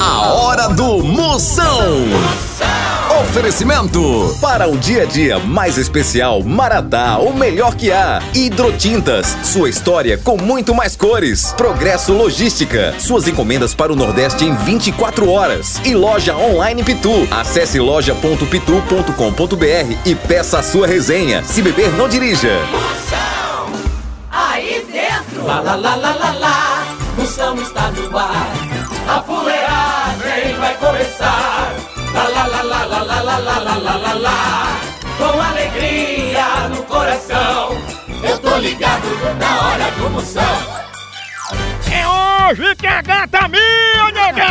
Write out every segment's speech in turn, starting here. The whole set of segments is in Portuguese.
A hora do Moção. Oferecimento. Para um dia a dia mais especial, Maratá, o melhor que há. Hidrotintas, sua história com muito mais cores. Progresso Logística, suas encomendas para o Nordeste em 24 horas. E loja online Pitu. Acesse loja.pitu.com.br e peça a sua resenha. Se beber, não dirija. Moção, aí dentro. Lá, lá, lá, lá, lá, lá. Moção está no ar. A fuleagem vai começar. Lá, lá, lá, lá, lá, lá, lá, lá, lá, lá, lá, lá. Com alegria no coração, eu tô ligado na hora do Moção. É hoje que a gata minha, negão!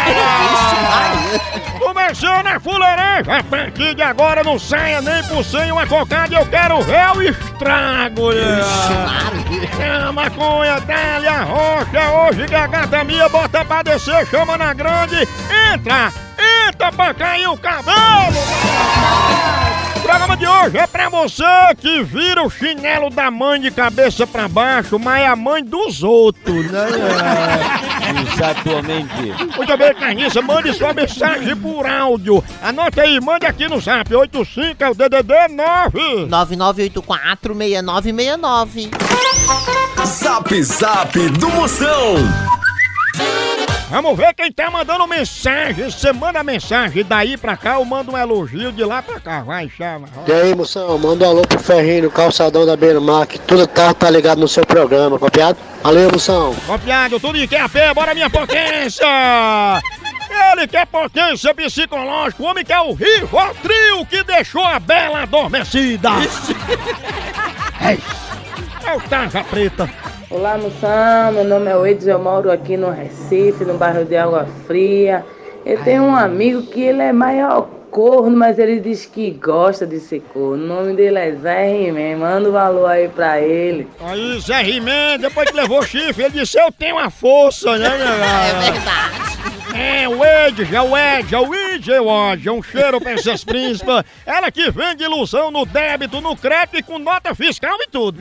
Começando a fuleiragem, a partir de agora não saia nem por sem uma cocada, eu quero ver o estrago! A maconha, dá-lhe a rocha, hoje que a gata minha bota pra descer, chama na grande, entra pra cair o cabelo! O programa de hoje é pra você que vira o chinelo da mãe de cabeça pra baixo, mas é a mãe dos outros, né? Exatamente. Muito bem, Carniça, mande sua mensagem por áudio. Anote aí, mande aqui no Zap 85, é o DDD 9 99846969. Zap Zap do Moção. Vamos ver quem tá mandando mensagem. Você manda mensagem daí pra cá, eu mando um elogio de lá pra cá. Vai, chama. E aí, Moção, manda um alô pro Ferrinho, no calçadão da Beira-Mar, que toda tarde tá ligado no seu programa, copiado? Valeu, Moção. Copiado, tudo de que é pé, bora minha potência! Ele quer potência psicológica, o homem quer o Rivotril que deixou a Bela adormecida. É o Tarja Preta. Olá, Moção, meu nome é Edson, eu moro aqui no Recife, no bairro de Água Fria. Eu tenho um amigo que ele é maior corno, mas ele diz que gosta de ser corno. O nome dele é Zé Rimé, manda um valor aí pra ele. Aí, Zé Rimé, depois que levou chifre, ele disse, eu tenho a força, né? É verdade. É, o Edja, um cheiro pra essas príncipes. Ela que vende ilusão no débito, no crédito e com nota fiscal e tudo.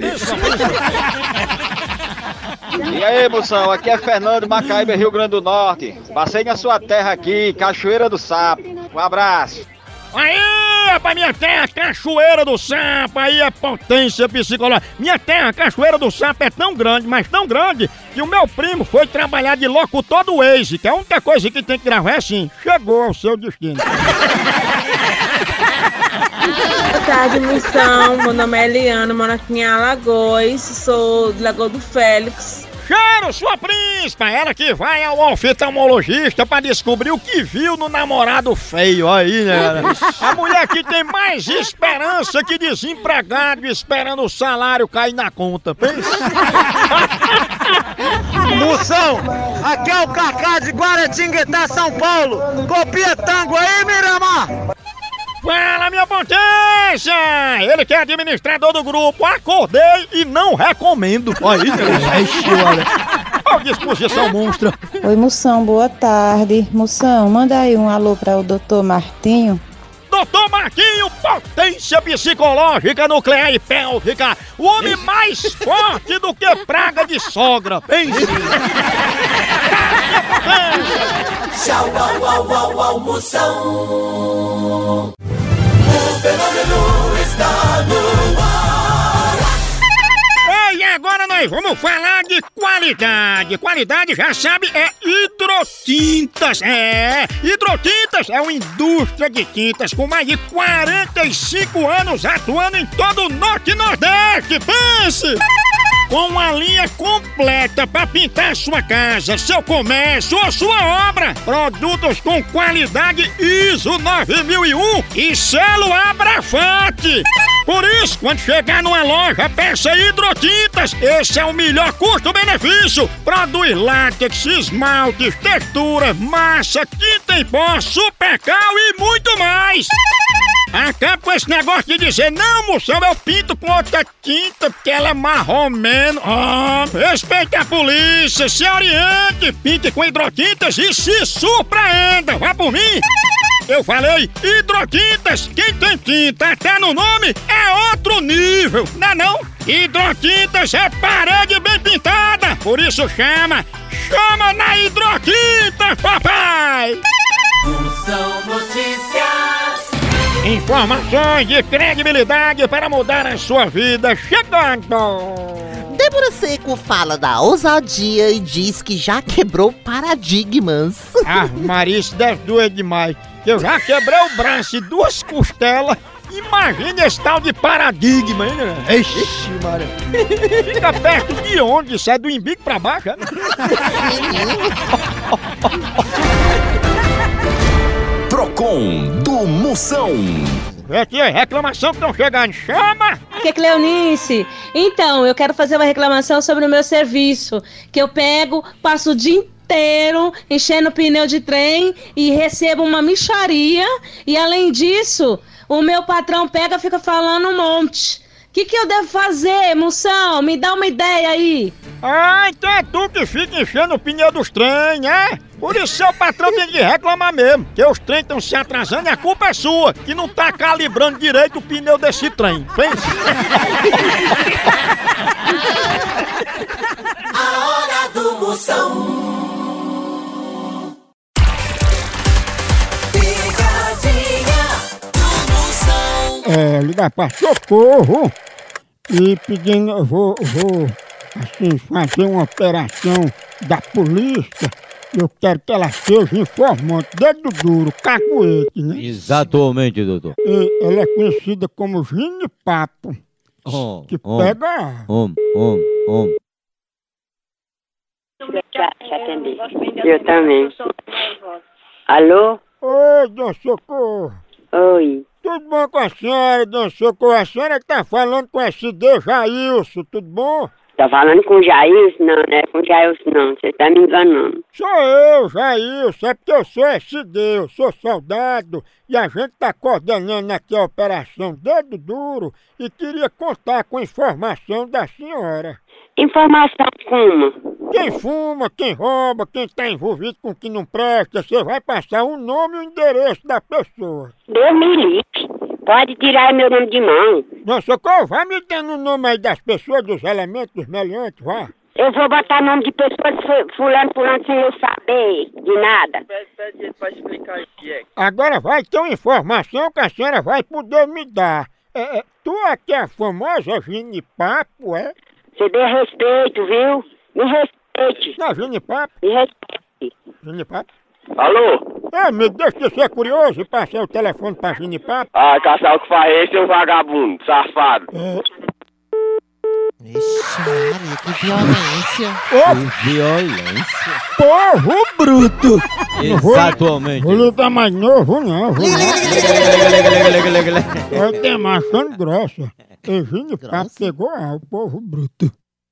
E aí, Moção, aqui é Fernando Macaíba, Rio Grande do Norte. Passei na sua terra aqui, Cachoeira do Sapo. Um abraço. Aí, pra minha terra, Cachoeira do Sapo, aí é potência psicológica. Minha terra, Cachoeira do Sapo, é tão grande, mas tão grande, que o meu primo foi trabalhar de locutor do Waze, que a única coisa que tem que gravar é assim, chegou ao seu destino. Boa tarde, Moção. Meu nome é Eliana, moro aqui em Alagoas, sou de Lagoa do Félix. Cheiro, sua príncipa! Ela que vai ao oftalmologista pra descobrir o que viu no namorado feio. Aí, né? A mulher que tem mais esperança que desempregado esperando o salário cair na conta. Pensa? Moção, aqui é o Cacá de Guaratinguetá, São Paulo. Copia tango aí, Miramar! Fala, minha potência! Ele que é administrador do grupo, acordei e não recomendo. Aí, olha. Olha a disposição monstra. Oi, Moção, boa tarde. Moção, manda aí um alô para o Dr. Martinho. Doutor Marquinho, potência psicológica, nuclear e pélvica. O homem mais forte do que praga de sogra. Pense. Tchau, au, au, au, au, Moção. O fenômeno está no ar. E agora nós vamos falar de qualidade. Qualidade, já sabe, é Hidrotintas. Hidrotintas é uma indústria de tintas com mais de 45 anos atuando em todo o Norte e Nordeste. Pense! Com uma linha completa para pintar sua casa, seu comércio ou sua obra. Produtos com qualidade ISO 9001 e selo Abrafate. Por isso, quando chegar numa loja, peça Hidrotintas. Esse é o melhor custo-benefício. Produz látex, esmaltes, texturas, massa, tinta em pó, supercal e muito mais. Acaba com esse negócio de dizer, não, Moção, eu pinto com outra tinta porque ela é marromeno. Respeite a polícia, se oriente, pinte com Hidrotintas e se surpreenda. Vá por mim. Eu falei Hidrotintas, quem tem tinta até no nome é outro nível, não é não? Hidrotintas é parede bem pintada, por isso chama na Hidrotintas, papai! vai! Moção Notícias. Informações de credibilidade para mudar a sua vida chegando! Débora Seco fala da ousadia e diz que já quebrou paradigmas. Ah, Maria, isso deve doer demais. Eu já quebrei o braço e 2 costelas. Imagina esse tal de paradigma, hein, né? Ixi, Maria. Fica perto de onde? Isso é do umbigo pra baixo, é? Procon do Moção. Aqui, reclamação que estão chegando. Chama! Que Cleonice? Então, eu quero fazer uma reclamação sobre o meu serviço. Que eu pego, passo o dia inteiro enchendo pneu de trem e recebo uma mixaria. E além disso, o meu patrão pega e fica falando um monte. O que eu devo fazer, Moção? Me dá uma ideia aí. Ah, então é tu que fica enchendo o pneu dos trem, né? Por isso seu patrão tem que reclamar mesmo, que os trens estão se atrasando e a culpa é sua, que não tá calibrando direito o pneu desse trem. Pensa. A hora do Moção. Ligar pra Socorro e pedindo, eu vou assim, fazer uma operação da polícia. Eu quero que ela seja informante, dedo duro, cacuete, né? Exatamente, doutor. E ela é conhecida como Ginipapo, que pega... Já atendi. Eu também. Alô? Oi, Dona Socorro. Oi. Tudo bom com a senhora, Dona Socorro? A senhora tá falando com SD Jailson, tudo bom? Tá falando com o Jailson? Não, não é com o Jailson não, você tá me enganando. Sou eu, Jailson, é porque eu sou SD, eu sou soldado e a gente tá coordenando aqui a operação Dedo Duro e queria contar com informação da senhora. Informação como? Quem fuma, quem rouba, quem tá envolvido com o que não presta, você vai passar o nome e o endereço da pessoa. Deus me livre. Pode tirar meu nome de mão. Não, Socorro, vai me dando o nome aí das pessoas, dos elementos, dos meliantes, vá. Eu vou botar nome de pessoas fulano sem eu saber de nada. Pede ele pra explicar aqui. Agora vai ter uma informação que a senhora vai poder me dar. Tu aqui é a famosa Ginipapo, é? Você dê respeito, viu? Me respeite. Não, Ginipapo? Me respeite. Ginipapo? Alô? Me deixa de ser curioso e passei o telefone pra Ginipapo. Ah, caçar o que faz esse, seu vagabundo, safado. Ixi, Maria, que violência. Que violência. Povo bruto. Exatamente. Vou ligar mais novo, não. Eu tenho machando grossa. E Ginipapo pegou o povo bruto.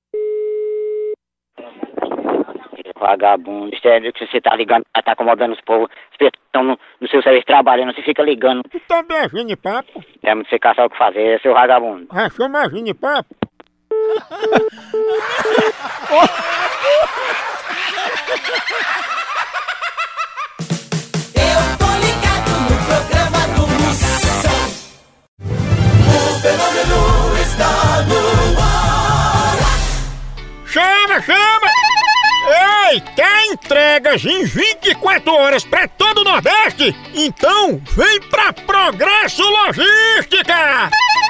Vagabundo, sério que você tá ligando, tá acomodando os povos, as pessoas estão no seu serviço trabalhando, você fica ligando. Tu também é Ginipapo? É muito você caçar o que fazer, é seu vagabundo. Ah, chama Ginipapo? Eu tô ligado no programa do Moção. O fenômeno está no ar. Chama! Ei, quer entregas em 24 horas pra todo o Nordeste? Então vem pra Progresso Logística!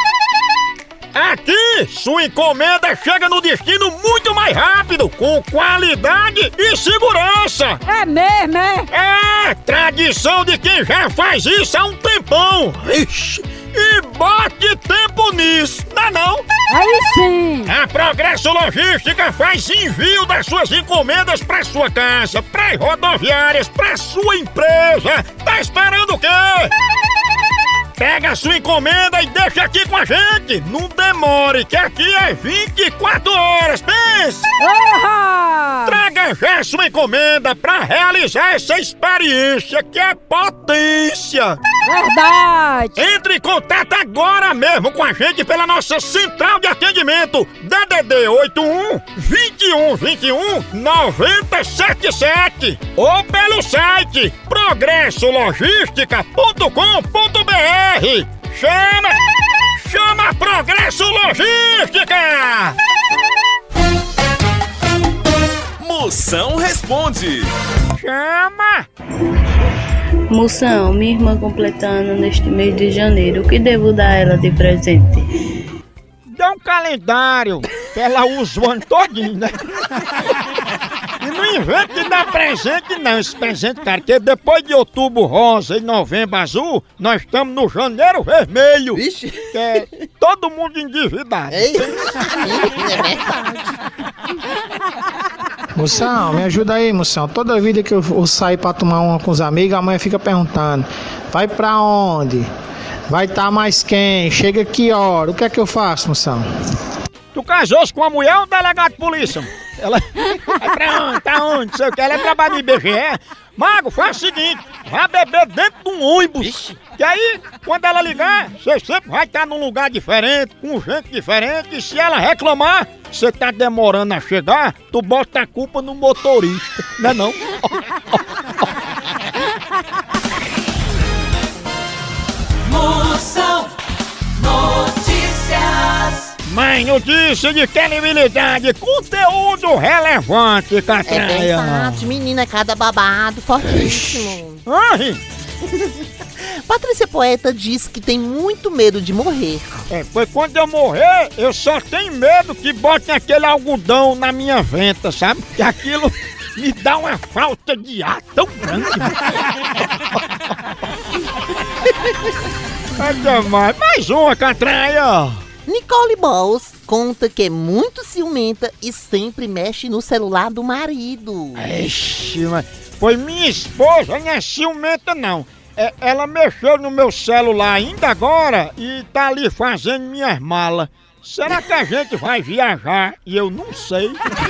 Aqui, sua encomenda chega no destino muito mais rápido, com qualidade e segurança! É mesmo, é? É, tradição de quem já faz isso há um tempão! Ixi, e bote tempo nisso, não? Aí sim! A Progresso Logística faz envio das suas encomendas pra sua casa, pras rodoviárias, pra sua empresa! Tá esperando o quê? Pega a sua encomenda e deixa aqui com a gente! Não demore, que aqui é 24 horas, pensa! Traga já sua encomenda pra realizar essa experiência que é potência! Verdade! Entre em contato agora mesmo com a gente pela nossa central de atendimento DDD 81 21 21 9077 ou pelo site progressologística.com.br. Chama Progresso Logística! Moção responde. Chama! Moção, minha irmã completando neste mês de janeiro, o que devo dar a ela de presente? Dá um calendário que ela usa o ano todinho, né? E não inventa de dar presente não, esse presente, cara, porque depois de outubro rosa e novembro azul, nós estamos no janeiro vermelho. Vixe. Que é todo mundo endividado. Ei, é verdade. Moção, me ajuda aí, moção. Toda vida que eu saio pra tomar uma com os amigos, a mãe fica perguntando: vai pra onde? Vai tá mais quem? Chega que hora? O que é que eu faço, moção? Tu casou-se com uma mulher ou um delegado de polícia? Ela vai pra onde? Tá onde? Não sei o que. Ela trabalha no IBGE. Mago, faz o seguinte: vai beber dentro de um ônibus. Ixi. Que aí, quando ela ligar, você sempre vai estar num lugar diferente, com gente diferente. E se ela reclamar, você tá demorando a chegar, tu bota a culpa no motorista, não é não? Moção Notícias. Mãe, notícia de credibilidade, conteúdo relevante, É Catraia. verdade, menina, é cada babado fortíssimo. Ai. Patrícia Poeta diz que tem muito medo de morrer. Pois quando eu morrer, eu só tenho medo que botem aquele algodão na minha venta, sabe? Que aquilo me dá uma falta de ar tão grande. Até mais. Mais uma, Catraia. Nicole Balls conta que é muito ciumenta e sempre mexe no celular do marido. Ixi, mas... Pois minha esposa não é ciumenta, não. Ela mexeu no meu celular ainda agora e tá ali fazendo minhas malas. Será que a gente vai viajar e eu não sei?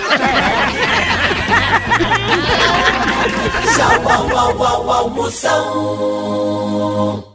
Tchau, au, Moção.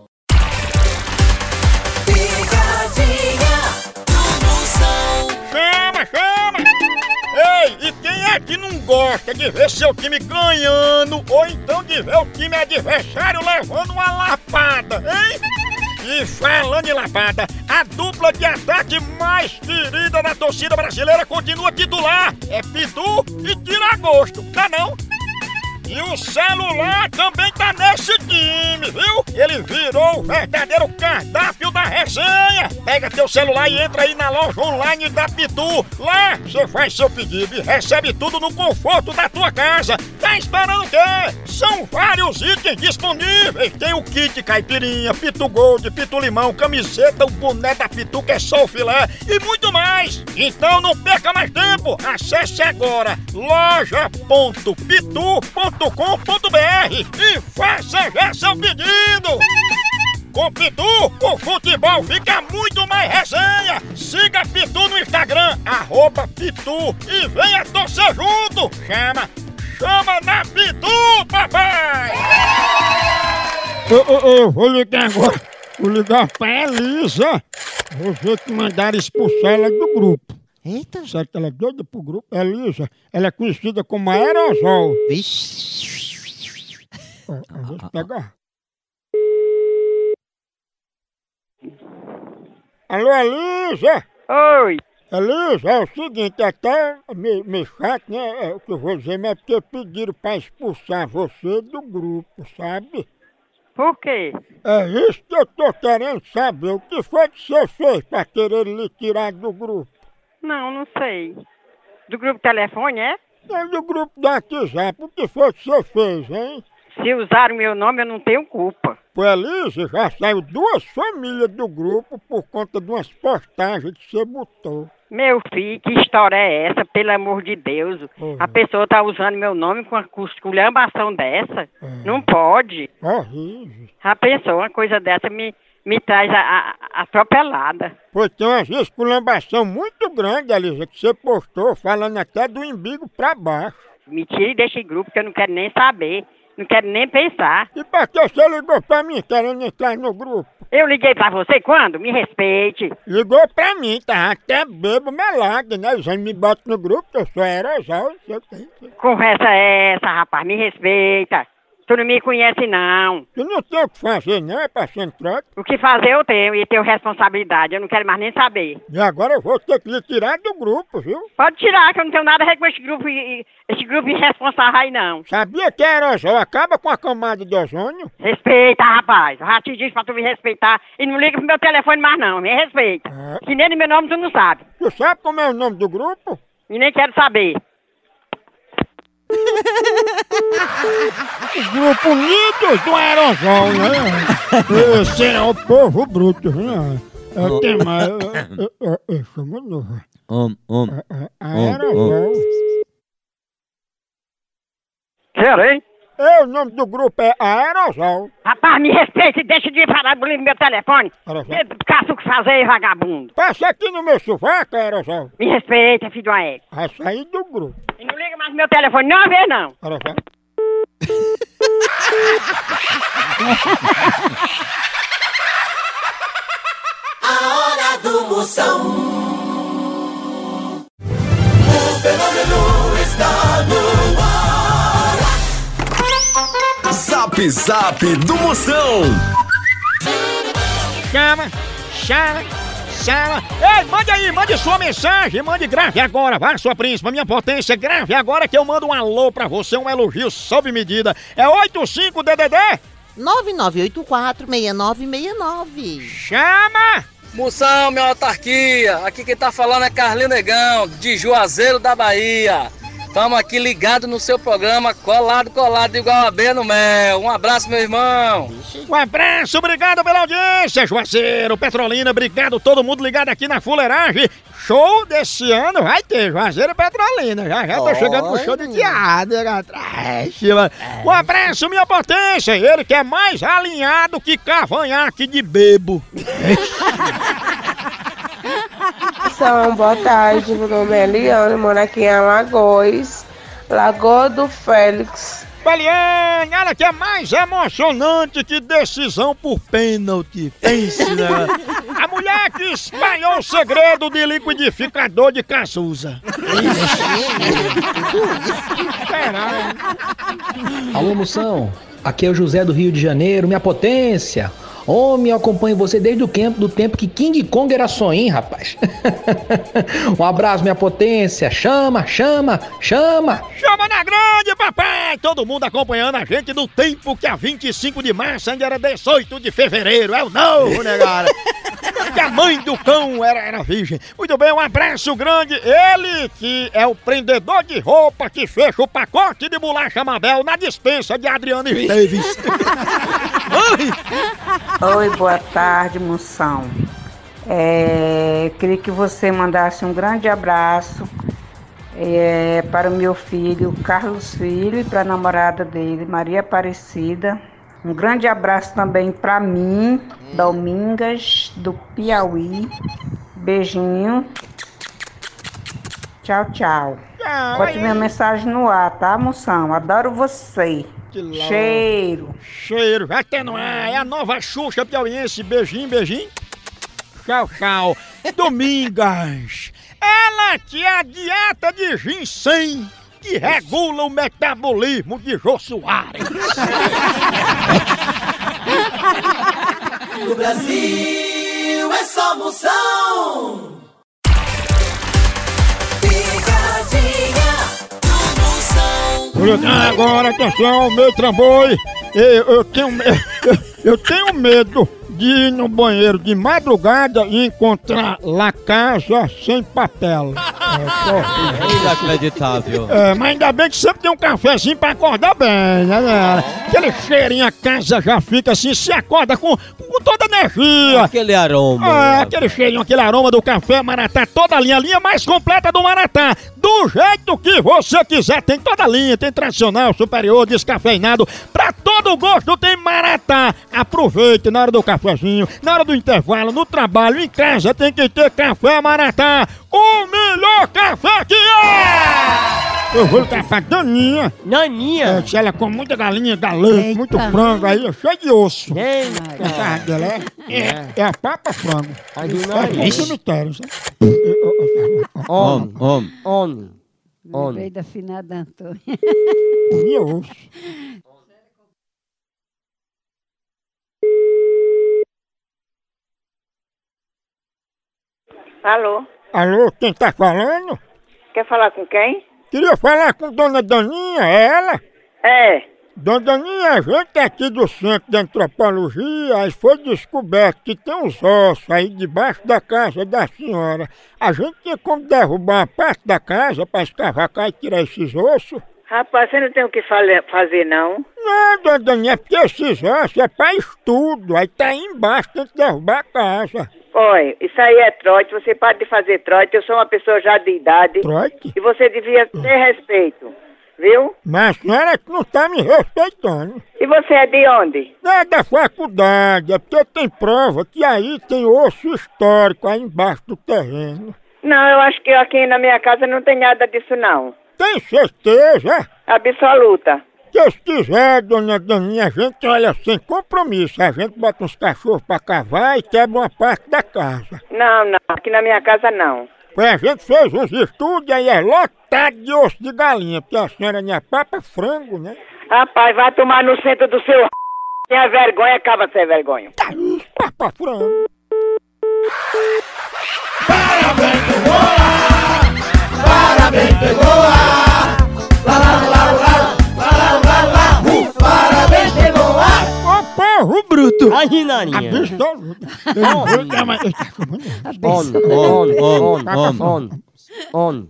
Chama! Ei, e quem é que não gosta de ver seu time ganhando ou então de ver o time adversário levando uma lapada, hein? E falando em lapada, a dupla de ataque mais querida da torcida brasileira continua titular. É Pitu e Tiragosto, tá não? E o celular também tá nesse time, viu? Ele virou o verdadeiro cardápio da resenha. Pega teu celular e entra aí na loja online da Pitu. Lá você faz seu pedido e recebe tudo no conforto da tua casa. Tá esperando o quê? São vários itens disponíveis. Tem o kit caipirinha, Pitu Gold, Pitu Limão, camiseta, o boné da Pitu que é só o filé e muito mais. Então não perca mais tempo. Acesse agora loja.pitu.com.br e faça já seu pedido! Com Pitu, o futebol fica muito mais resenha! Siga Pitu no Instagram, @Pitu e venha torcer junto! Chama na Pitu, papai! Eu vou ligar agora, vou ligar pra Elisa. Vou ver que mandaram expulsar ela do grupo. Eita! Será que ela é doida pro grupo? Elisa, ela é conhecida como Aerosol. Vixe! Vamos pegar. Alô, Elisa? Oi! Elisa, é o seguinte, até me chato, né? É o que eu vou dizer, mas é porque pediram pra expulsar você do grupo, sabe? Por quê? É isso que eu tô querendo saber. O que foi que você fez pra querer lhe tirar do grupo? Não sei. Do grupo telefone, é? É do grupo do WhatsApp. O que foi que você fez, hein? Se usaram meu nome, eu não tenho culpa. Pô, Elisa, já saiu 2 famílias do grupo por conta de umas postagens que você botou. Meu filho, que história é essa, pelo amor de Deus? A pessoa tá usando meu nome com uma esculhambação dessa? Não pode. Horrível. A pessoa, uma coisa dessa me traz atropelada. Pois tem uma esculhambação muito grande, Elisa, que você postou, falando até do umbigo pra baixo. Me tire desse grupo que eu não quero nem saber. Não quero nem pensar. E pra que você ligou pra mim querendo entrar no grupo? Eu liguei pra você quando? Me respeite. Ligou pra mim, tá? Até bebo melado, né? Já me bota no grupo, que eu sou aerosol. Conversa é essa, rapaz? Me respeita. Tu não me conhece, não. Tu não tem o que fazer, não, é pra ser trote. O que fazer eu tenho e tenho responsabilidade. Eu não quero mais nem saber. E agora eu vou ter que lhe tirar do grupo, viu? Pode tirar, que eu não tenho nada a ver com esse grupo irresponsável aí, não. Sabia que a aerosol acaba com a camada de ozônio? Respeita, rapaz. Eu já te disse pra tu me respeitar. E não liga pro meu telefone mais, não. Me respeita. Que nem meu nome tu não sabe. Tu sabe como é o nome do grupo? E nem quero saber. O grupo Unidos do Aerosol, né? Esse é o povo bruto, né? Tem mais... Chama novo. Aerosol. Sério, hein? O nome do grupo é Aerosol. Rapaz, me respeita e deixa de parar de no meu telefone. Caça o que fazer, vagabundo. Passa aqui no meu sovaco, Aerosol. Me respeita, filho de uma égua. Vai sair do grupo. E não liga mais no meu telefone, não vez não. Aerosol. A hora do Moção. O fenômeno está no ar. Zap Zap do Moção. Chama. Ei, mande aí, mande sua mensagem, grave agora, vai sua príncipa, minha potência, grave agora que eu mando um alô pra você, um elogio sob medida. É 85-DDD? 9984-6969. Chama! Moção, minha autarquia, aqui quem tá falando é Carlinho Negão, de Juazeiro da Bahia. Tamo aqui ligado no seu programa, colado igual a abelha no mel. Um abraço, meu irmão. Um abraço, obrigado pela audiência, Juazeiro, Petrolina, obrigado todo mundo ligado aqui na fuleiragem. Show desse ano vai ter Juazeiro e Petrolina, já tô chegando no show de teatro atrás. Um abraço, minha potência, ele que é mais alinhado que cavanhaque de bebo. Boa tarde, meu nome é Eliane, moro aqui em Alagoas, Lagoa do Félix. Eliane, ela que é mais emocionante que decisão por pênalti. Pense, né? A mulher que espalhou o segredo de liquidificador de Cazuza. Alô, Moção, aqui é o José do Rio de Janeiro, minha potência. Homem, eu acompanho você desde o tempo que King Kong era sonho, rapaz. Um abraço, minha potência. Chama. Chama na grande, papai. Todo mundo acompanhando a gente do tempo que a 25 de março ainda era 18 de fevereiro. É o novo, né, galera? Que a mãe do cão era virgem. Muito bem, um abraço grande. Ele que é o prendedor de roupa que fecha o pacote de bolacha Mabel na dispensa de Adriano Esteves. Oi, boa tarde, Moção. Queria que você mandasse um grande abraço para o meu filho, Carlos Filho, e para a namorada dele, Maria Aparecida. Um grande abraço também para mim, Domingas, do Piauí. Beijinho. Tchau. Bote minha mensagem no ar, tá, Moção? Adoro você. Cheiro. Vai ter no ar. É a nova Xuxa piauiense. Beijinho. Tchau. Domingas. Ela que é a dieta de ginseng que regula o metabolismo de Jô Soares. No Brasil é só Moção. Picadinha do Moção. Agora, atenção, meu trambolho. Eu tenho medo de ir no banheiro de madrugada e encontrar La Casa sem papel. É inacreditável. Mas ainda bem que sempre tem um cafezinho pra acordar bem, né? Aquele cheirinho, a casa já fica assim, se acorda com toda a energia. Aquele aroma. Aquele cheirinho, aquele aroma do café Maratá, toda a linha mais completa do Maratá. Do jeito que você quiser, tem toda a linha, tem tradicional, superior, descafeinado, pra todo gosto tem Maratá. Aproveite na hora do cafezinho, na hora do intervalo, no trabalho, em casa, tem que ter café Maratá. O melhor café que é! Eu vou ligar pra Daninha. Naninha? Se ela come muita galinha, galete, muito frango, aí é cheio de osso. A carne dela é a papa frango. É um cemitério, sabe? Homem. Veio da finada Antônia. Meu osso. Alô? Alô, quem tá falando? Quer falar com quem? Queria falar com Dona Daninha, é ela? É. Dona Daninha, a gente aqui do Centro de Antropologia, aí foi descoberto que tem uns ossos aí debaixo da casa da senhora. A gente tinha como derrubar uma parte da casa pra escavacar e tirar esses ossos? Rapaz, você não tem o que fazer, não? Não, Dona Daninha, é porque esses ossos é pra estudo, aí tá aí embaixo, tem que derrubar a casa. Olha, isso aí é trote, você pode fazer trote, eu sou uma pessoa já de idade. Trote? E você devia ter respeito, viu? Mas a senhora que não tá me respeitando. E você é de onde? É da faculdade, é porque tem prova que aí tem osso histórico aí embaixo do terreno. Não, eu acho que aqui na minha casa não tem nada disso, não. Tem certeza? Absoluta. Se quiser, Dona Daninha, a gente olha sem compromisso. A gente bota uns cachorros pra cavar e quebra uma parte da casa. Não, aqui na minha casa não. A gente fez uns estudos e aí é lotado de osso de galinha, porque a senhora não é papa frango, né? Rapaz, vai tomar no centro do seu Tenha vergonha, acaba de ser vergonha. Papa frango. Parabéns, pegou ar! Parabéns, pegou ar! Lá, lá, lá, lá, lá, lá, lá, lá, parabéns, pegou ar! Ô, porro bruto! Ai, Rinarinha! Absoluto! On.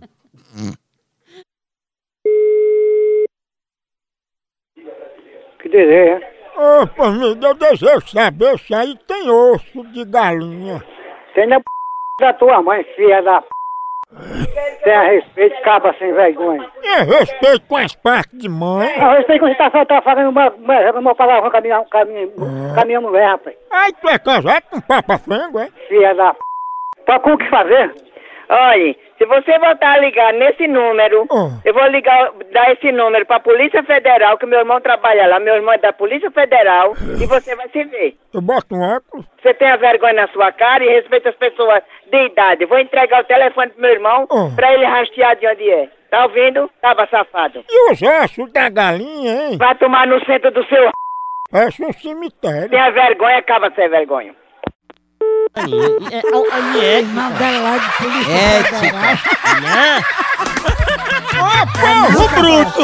Que deseja? Opa, amigo, eu desejo saber se aí tem osso de galinha. Tem na da tua mãe, filha da Tenha respeito, caba sem vergonha. É respeito com as partes de mãe. Não, respeito quando você tá fazendo uma palavra com a minha mulher, rapaz. Ai, tu é casado com papa frango, é? Filha da Tá com o que fazer? Olha, se você voltar a ligar nesse número, eu vou dar esse número pra Polícia Federal, que meu irmão trabalha lá, meu irmão é da Polícia Federal, e você vai se ver. Eu boto um óculos. Você tem a vergonha na sua cara e respeita as pessoas de idade. Vou entregar o telefone pro meu irmão pra ele rastrear de onde é. Tá ouvindo? Tava safado. E os ossos da galinha, hein? Vai tomar no centro do seu Parece um cemitério. Tem a vergonha, acaba de ser vergonha. Ô, porro bruto!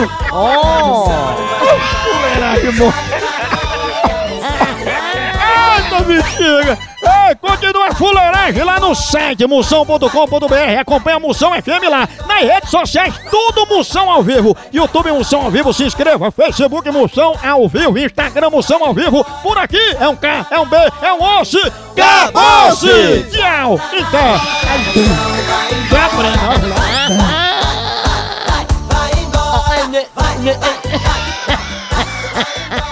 Eita, bexiga! Ei, continua a fuleiragem lá no site moção.com.br. Acompanha a Moção FM lá. Nas redes sociais, tudo Moção ao vivo. YouTube Moção ao vivo, se inscreva. Facebook Moção ao vivo. Instagram Moção ao vivo. Por aqui é um K, é um B, é um osso. Acabou-se! Tchau! Então. Já aprendeu. Vai embora.